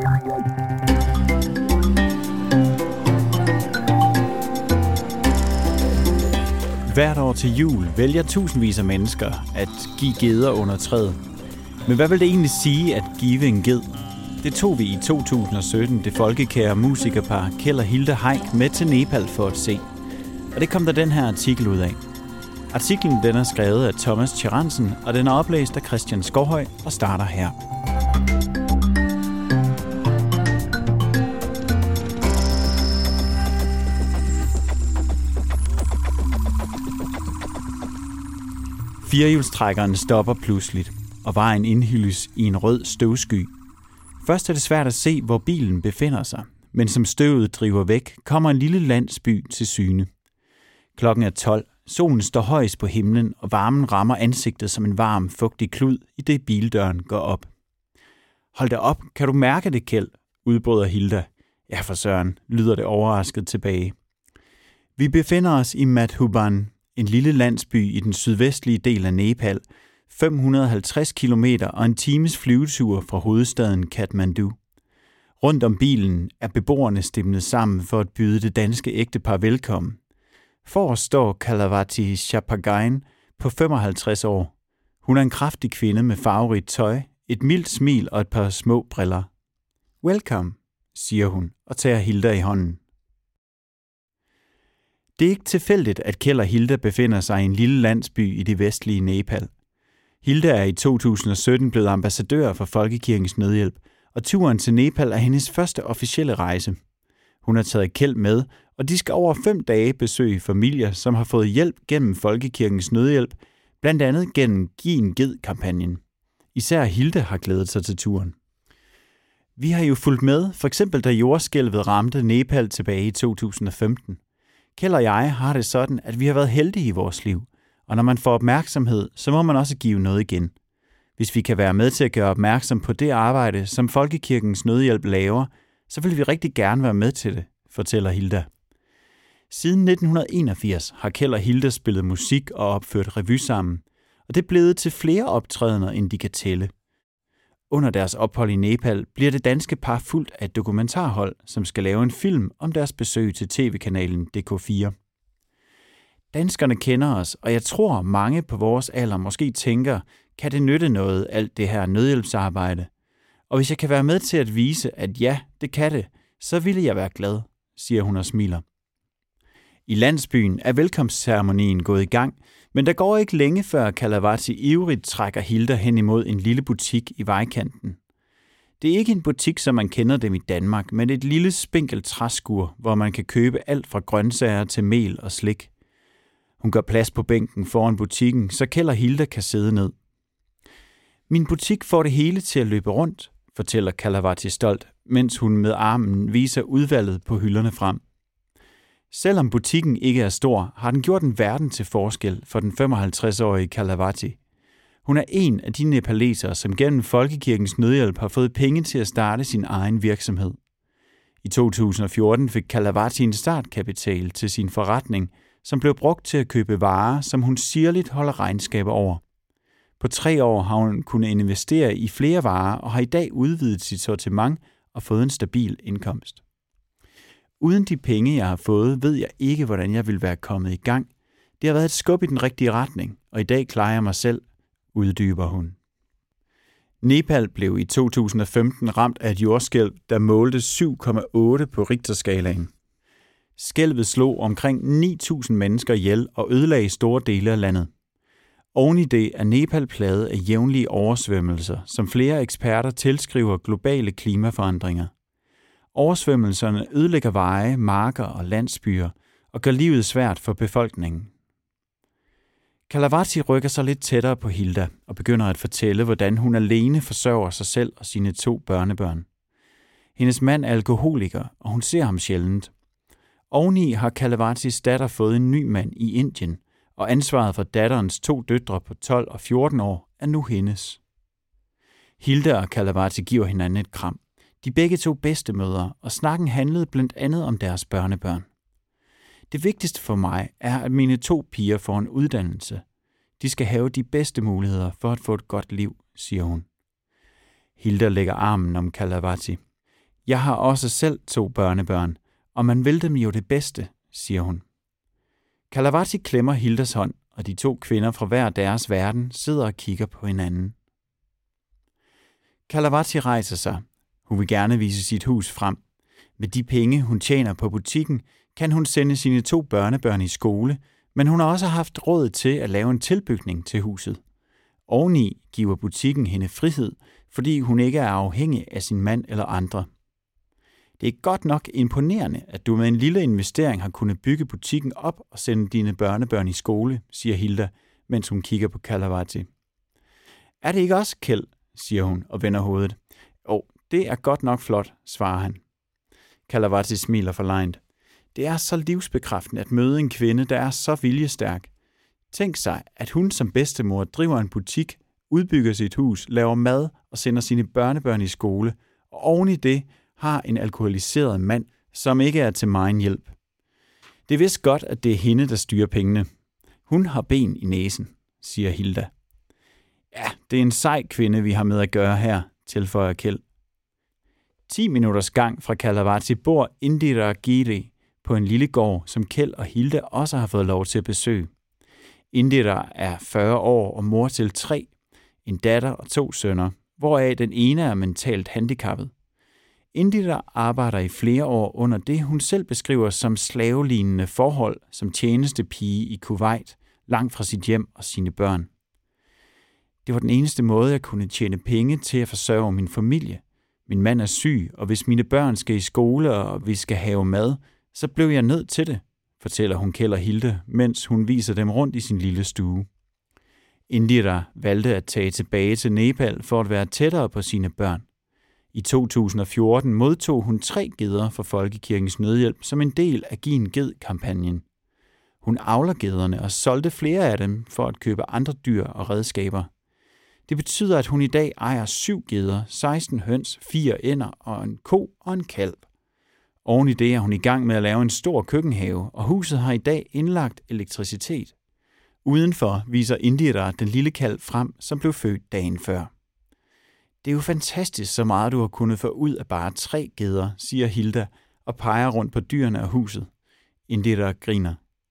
Hvert år til jul vælger tusindvis af mennesker at give geder under træet. Men hvad vil det egentlig sige at give en ged? Det tog vi i 2017 det folkekære musikerpar Kjeld og Hilda Heick med til Nepal for at se. Og det kom der den her artikel ud af. Artiklen den er skrevet af Thomas Tjeransen, og den er oplæst af Christian Skovhøj og starter her. Firehjulstrækkeren stopper pludseligt, og vejen indhyldes i en rød støvsky. Først er det svært at se, hvor bilen befinder sig, men som støvet driver væk, kommer en lille landsby til syne. Klokken er 12, solen står højst på himlen, og varmen rammer ansigtet som en varm, fugtig klud, i det bildøren går op. Hold da op, kan du mærke det, Kjeld? Udbryder Hilda. Ja, for søren, lyder det overrasket tilbage. Vi befinder os i Madhuban, en lille landsby i den sydvestlige del af Nepal, 550 kilometer og en times flyvetur fra hovedstaden Kathmandu. Rundt om bilen er beboerne stimlet sammen for at byde det danske ægtepar velkommen. Forrest står Kalavati Chapagain på 55 år. Hun er en kraftig kvinde med farverigt tøj, et mildt smil og et par små briller. Welcome, siger hun og tager Hilda i hånden. Det er ikke tilfældigt, at Kjeld og Hilda befinder sig i en lille landsby i det vestlige Nepal. Hilda er i 2017 blevet ambassadør for Folkekirkens Nødhjælp, og turen til Nepal er hendes første officielle rejse. Hun har taget Kjeld med, og de skal over 5 dage besøge familier, som har fået hjælp gennem Folkekirkens Nødhjælp, blandt andet gennem Giv en Ged-kampagnen. Især Hilda har glædet sig til turen. Vi har jo fulgt med, for eksempel da jordskælvet ramte Nepal tilbage i 2015. Kjeld og jeg har det sådan, at vi har været heldige i vores liv, og når man får opmærksomhed, så må man også give noget igen. Hvis vi kan være med til at gøre opmærksom på det arbejde, som Folkekirkens Nødhjælp laver, så vil vi rigtig gerne være med til det, fortæller Hilda. Siden 1981 har Kjeld og Hilda spillet musik og opført revy sammen, og det er blevet til flere optrædener, end de kan tælle. Under deres ophold i Nepal bliver det danske par fulgt af et dokumentarhold, som skal lave en film om deres besøg til tv-kanalen DK4. Danskerne kender os, og jeg tror, mange på vores alder måske tænker, kan det nytte noget, alt det her nødhjælpsarbejde? Og hvis jeg kan være med til at vise, at ja, det kan det, så ville jeg være glad, siger hun og smiler. I landsbyen er velkomstceremonien gået i gang, men der går ikke længe før Kalavati ivrigt trækker Hilda hen imod en lille butik i vejkanten. Det er ikke en butik, som man kender dem i Danmark, men et lille spinkelt træskur, hvor man kan købe alt fra grøntsager til mel og slik. Hun gør plads på bænken foran butikken, så Kjeld og Hilda kan sidde ned. Min butik får det hele til at løbe rundt, fortæller Kalavati stolt, mens hun med armen viser udvalget på hylderne frem. Selvom butikken ikke er stor, har den gjort en verden til forskel for den 55-årige Kalavati. Hun er en af de nepalesere, som gennem Folkekirkens Nødhjælp har fået penge til at starte sin egen virksomhed. I 2014 fik Kalavati en startkapital til sin forretning, som blev brugt til at købe varer, som hun sirligt holder regnskaber over. På 3 år har hun kunnet investere i flere varer og har i dag udvidet sit sortiment og fået en stabil indkomst. Uden de penge, jeg har fået, ved jeg ikke, hvordan jeg ville være kommet i gang. Det har været et skub i den rigtige retning, og i dag klarer jeg mig selv, uddyber hun. Nepal blev i 2015 ramt af et jordskælv, der målte 7,8 på Richterskalaen. Skælvet slog omkring 9.000 mennesker ihjel og ødelagde store dele af landet. Oven i det er Nepal plaget af jævnlige oversvømmelser, som flere eksperter tilskriver globale klimaforandringer. Oversvømmelserne ødelægger veje, marker og landsbyer og gør livet svært for befolkningen. Kalavati rykker sig lidt tættere på Hilda og begynder at fortælle, hvordan hun alene forsørger sig selv og sine 2 børnebørn. Hendes mand er alkoholiker, og hun ser ham sjældent. Oveni har Kalavatis datter fået en ny mand i Indien, og ansvaret for datterens 2 døtre på 12 og 14 år er nu hendes. Hilda og Kalavati giver hinanden et kram. De begge 2 bedstemødre, og snakken handlede blandt andet om deres børnebørn. Det vigtigste for mig er, at mine 2 piger får en uddannelse. De skal have de bedste muligheder for at få et godt liv, siger hun. Hilda lægger armen om Kalavati. Jeg har også selv 2 børnebørn, og man vil dem jo det bedste, siger hun. Kalavati klemmer Hildas hånd, og de 2 kvinder fra hver deres verden sidder og kigger på hinanden. Kalavati rejser sig. Hun vil gerne vise sit hus frem. Med de penge, hun tjener på butikken, kan hun sende sine 2 børnebørn i skole, men hun har også haft råd til at lave en tilbygning til huset. Oveni giver butikken hende frihed, fordi hun ikke er afhængig af sin mand eller andre. Det er godt nok imponerende, at du med en lille investering har kunnet bygge butikken op og sende dine børnebørn i skole, siger Hilda, mens hun kigger på Kalavati. Er det ikke også, Kjeld, siger hun og vender hovedet. Det er godt nok flot, svarer han. Kalavati smiler forlegent. Det er så livsbekræftende at møde en kvinde, der er så viljestærk. Tænk sig, at hun som bedstemor driver en butik, udbygger sit hus, laver mad og sender sine børnebørn i skole, og oven i det har en alkoholiseret mand, som ikke er til megen hjælp. Det er vist godt, at det er hende, der styrer pengene. Hun har ben i næsen, siger Hilda. Ja, det er en sej kvinde, vi har med at gøre her, tilføjer Kjeld. 10 minutters gang fra Kalavati bor Indira Giri på en lille gård, som Kjeld og Hilda også har fået lov til at besøge. Indira er 40 år og mor til 3, en datter og 2 sønner, hvoraf den ene er mentalt handicappet. Indira arbejder i flere år under det, hun selv beskriver som slavelignende forhold som tjenestepige i Kuwait, langt fra sit hjem og sine børn. Det var den eneste måde, jeg kunne tjene penge til at forsørge min familie. Min mand er syg, og hvis mine børn skal i skole, og vi skal have mad, så blev jeg nødt til det, fortæller hun Kjeld og Hilde, mens hun viser dem rundt i sin lille stue. Indira valgte at tage tilbage til Nepal for at være tættere på sine børn. I 2014 modtog hun 3 geder fra Folkekirkens Nødhjælp som en del af Giv en Ged-kampagnen. Hun avler gederne og solgte flere af dem for at købe andre dyr og redskaber. Det betyder, at hun i dag ejer 7 geder, 16 høns, 4 ænder og en ko og en kalv. Oven i det er hun i gang med at lave en stor køkkenhave, og huset har i dag indlagt elektricitet. Udenfor viser Indira den lille kalv frem, som blev født dagen før. Det er jo fantastisk, så meget du har kunnet få ud af bare 3 geder, siger Hilda og peger rundt på dyrene af huset. Indira griner.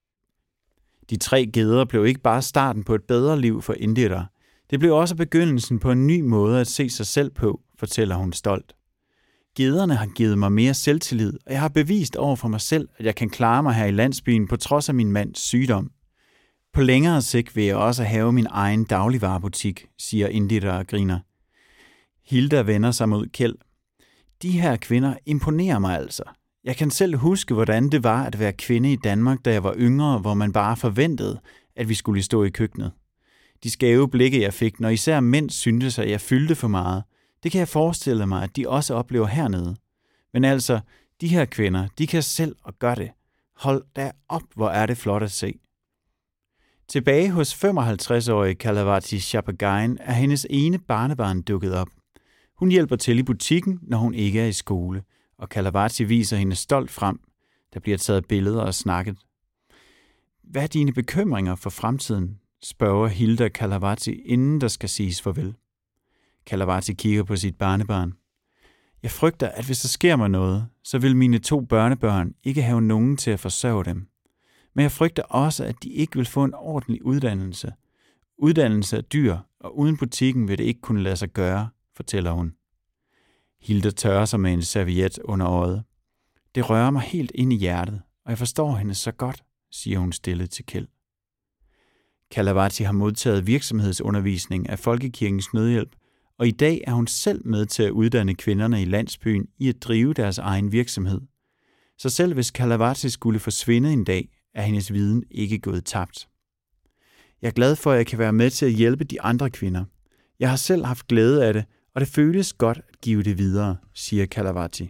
De 3 geder blev ikke bare starten på et bedre liv for Indira. Det blev også begyndelsen på en ny måde at se sig selv på, fortæller hun stolt. Gederne har givet mig mere selvtillid, og jeg har bevist over for mig selv, at jeg kan klare mig her i landsbyen på trods af min mands sygdom. På længere sigt vil jeg også have min egen dagligvarebutik, siger Indira og griner. Hilda vender sig mod Kjeld. De her kvinder imponerer mig altså. Jeg kan selv huske, hvordan det var at være kvinde i Danmark, da jeg var yngre, hvor man bare forventede, at vi skulle stå i køkkenet. De skæve blikke, jeg fik, når især mænd syntes, at jeg fyldte for meget, det kan jeg forestille mig, at de også oplever hernede. Men altså, de her kvinder, de kan selv og gør det. Hold da op, hvor er det flot at se. Tilbage hos 55-årige Kalavati Chapagain er hendes ene barnebarn dukket op. Hun hjælper til i butikken, når hun ikke er i skole, og Kalavati viser hende stolt frem. Der bliver taget billeder og snakket. Hvad er dine bekymringer for fremtiden? Spørger Hilda Kalavati, inden der skal siges farvel. Kalavati kigger på sit barnebarn. Jeg frygter, at hvis der sker mig noget, så vil mine 2 børnebørn ikke have nogen til at forsørge dem. Men jeg frygter også, at de ikke vil få en ordentlig uddannelse. Uddannelse er dyr, og uden butikken vil det ikke kunne lade sig gøre, fortæller hun. Hilda tørrer sig med en serviet under øjet. Det rører mig helt ind i hjertet, og jeg forstår hende så godt, siger hun stille til Kjeld. Kalavati har modtaget virksomhedsundervisning af Folkekirkens Nødhjælp, og i dag er hun selv med til at uddanne kvinderne i landsbyen i at drive deres egen virksomhed. Så selv hvis Kalavati skulle forsvinde en dag, er hendes viden ikke gået tabt. Jeg er glad for, at jeg kan være med til at hjælpe de andre kvinder. Jeg har selv haft glæde af det, og det føles godt at give det videre, siger Kalavati.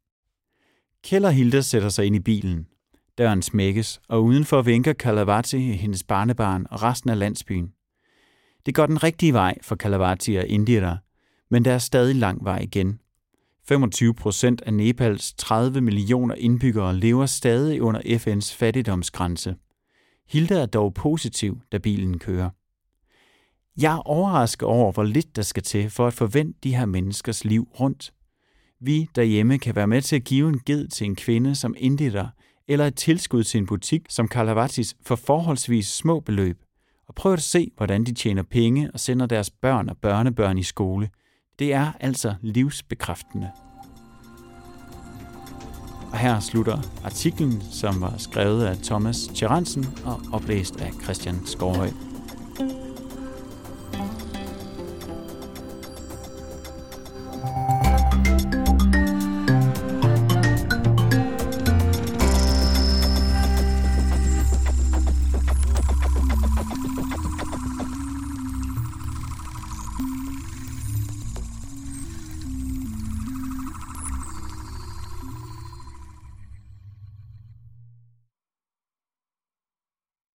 Kjeld og Hilda sætter sig ind i bilen. Døren smækkes, og udenfor vinker Kalavati, hendes barnebarn og resten af landsbyen. Det går den rigtige vej for Kalavati og Indira, men der er stadig lang vej igen. 25% af Nepals 30 millioner indbyggere lever stadig under FN's fattigdomsgrænse. Hilda er dog positiv, da bilen kører. Jeg er overrasket over, hvor lidt der skal til for at forvente de her menneskers liv rundt. Vi derhjemme kan være med til at give en ged til en kvinde som inditter, eller et tilskud til en butik som Kalavatis for forholdsvis små beløb. Og prøv at se, hvordan de tjener penge og sender deres børn og børnebørn i skole. Det er altså livsbekræftende. Og her slutter artiklen, som var skrevet af Thomas Tjerensen og oplæst af Christian Skovhøj.